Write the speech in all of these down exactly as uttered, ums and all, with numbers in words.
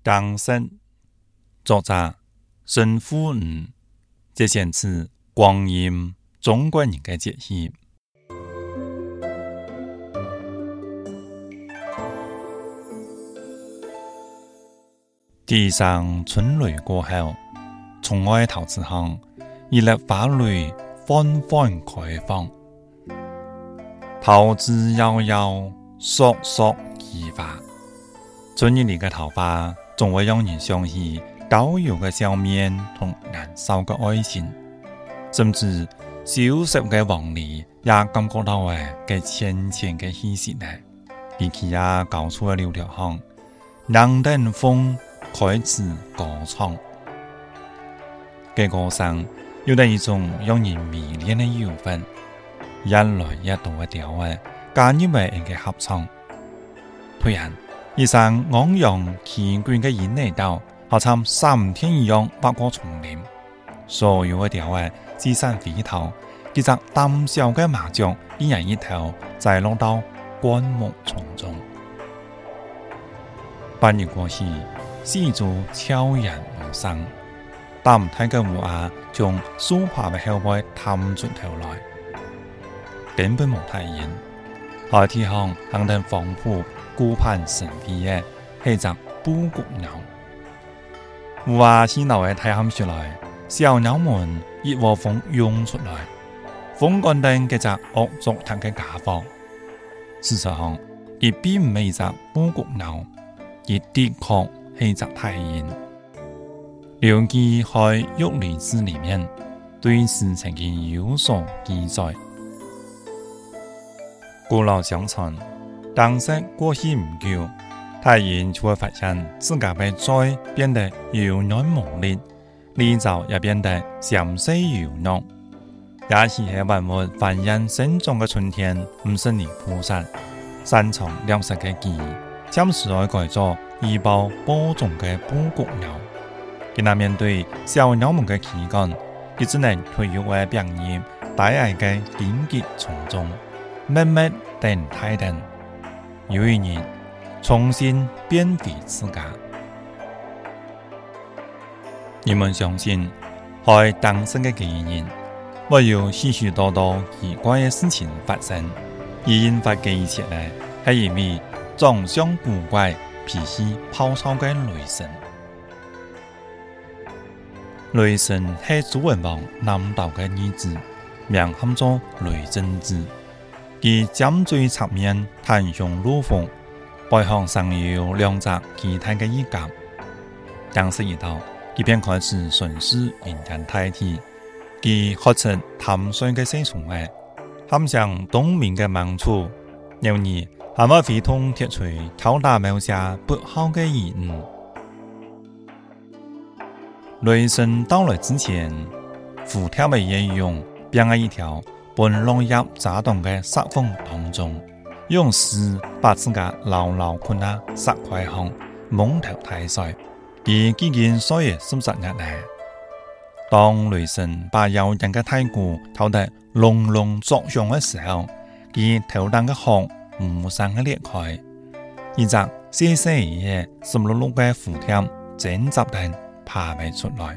当生，作者沈富五，这显示光阴中国人的节气。地上春雷过後，從外頭之行，一粒花蕾緩緩開放，桃枝搖搖，索索開花。春日裏嘅桃花，總會讓人想起郊遊嘅笑面同燃燒嘅愛情，甚至小時嘅黃鸝也感覺到誒嘅淺淺嘅氣息呢。比起也搞出了六條巷，讓等風開始歌唱。嘅歌聲有着一種讓人迷戀嘅幽氛，一來一度嘅調誒，加入為人嘅合唱。突然，一聲昂揚奇怪嘅音嚟到，好像閃電一樣劃過叢林，所有嘅調誒四散飛逃，幾隻膽小嘅麻雀一人一頭栽落到灌木叢中。半日過去，四周悄然無聲，淡淡嘅烏鴉從樹爬嘅後背探出頭來，根本冇太陽。海天上肯定仿佛顧盼神秘嘅係隻布谷鳥。烏鴉先流嘅太喊出來，小鳥們一窩蜂湧出來，風乾定嘅隻惡作劇嘅家伙。事實上，佢並唔係一隻布谷鳥，佢的確係一隻太陽。劉記在《玉歷志》裏面對此曾經有所記載。古老相傳，當時過去唔久，太陽就會發現自家嘅嘴變得柔軟無力，裏頭也變得纖細柔軟。也是喺萬物繁衍生長嘅春天，唔是你菩薩擅長糧食嘅記憶，將時代改作以暴播種嘅布谷鳥。佢那面對小鳥們嘅期間，佢只能退入為病人大愛嘅荊棘叢中，默默等待等。有一日，重新變回自家。人們相信，在當生嘅幾年，會有許許多多奇怪嘅事情發生，而引發嘅一切呢，係因為長相古怪、脾氣暴躁嘅雷神。雷神係朱文王南島嘅兒子，名喊做雷震子。佢尖嘴側面，袒胸露腹，背後生有兩隻奇特嘅衣甲。當時一到，佢便開始巡視人間大地。佢學出淡水嘅細蟲誒，含上冬眠嘅猛處，有時還會飛通鐵錘敲打某些不好嘅異物。雷神到來之前，虎跳嘅野用變喺一條半落入炸洞嘅石縫當中，用絲把自家牢牢困喺石塊上，蒙頭太歲。佢幾件所有十十日嚟，當雷神把有人嘅太鼓投得隆隆作響嘅時候，佢頭頂嘅殼無聲嘅裂開，一隻細細嘅濕漉漉嘅虎跳整集地爬未出來。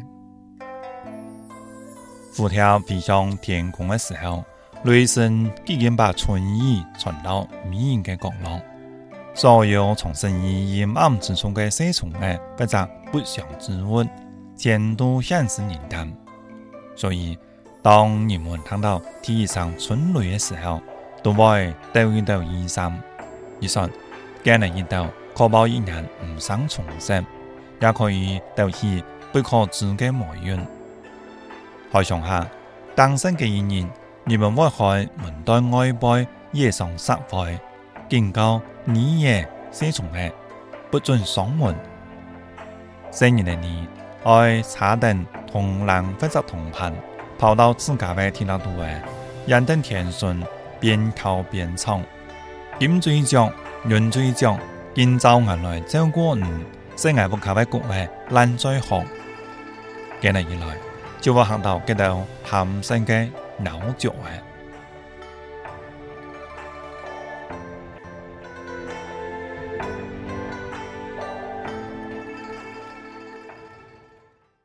虎跳飛向天空嘅時候，雷神已經把春意傳到迷人嘅角落，所有從深意陰暗之中嘅細蟲嘅不則不祥之物，全都顯示人間。所以，當人們聽到天上春雷嘅時候，都會抖一抖衣衫。以上，今日一抖，確保一人唔生蟲虱，也可以抖起不可知嘅霉運。開上下，當生嘅一年，人們會喺門對外背野上撒灰，警告你夜細蟲嘅不准上門。新年嘅你，愛查定同人或者同伴，跑到自家嘅天樓度嘅，人等天順，邊靠邊唱，點追着，潤追着，見照眼來照過唔，世界不靠嘅局嘅爛追學，幾日以來，就會行到幾度鹹聲嘅扭腳嘅。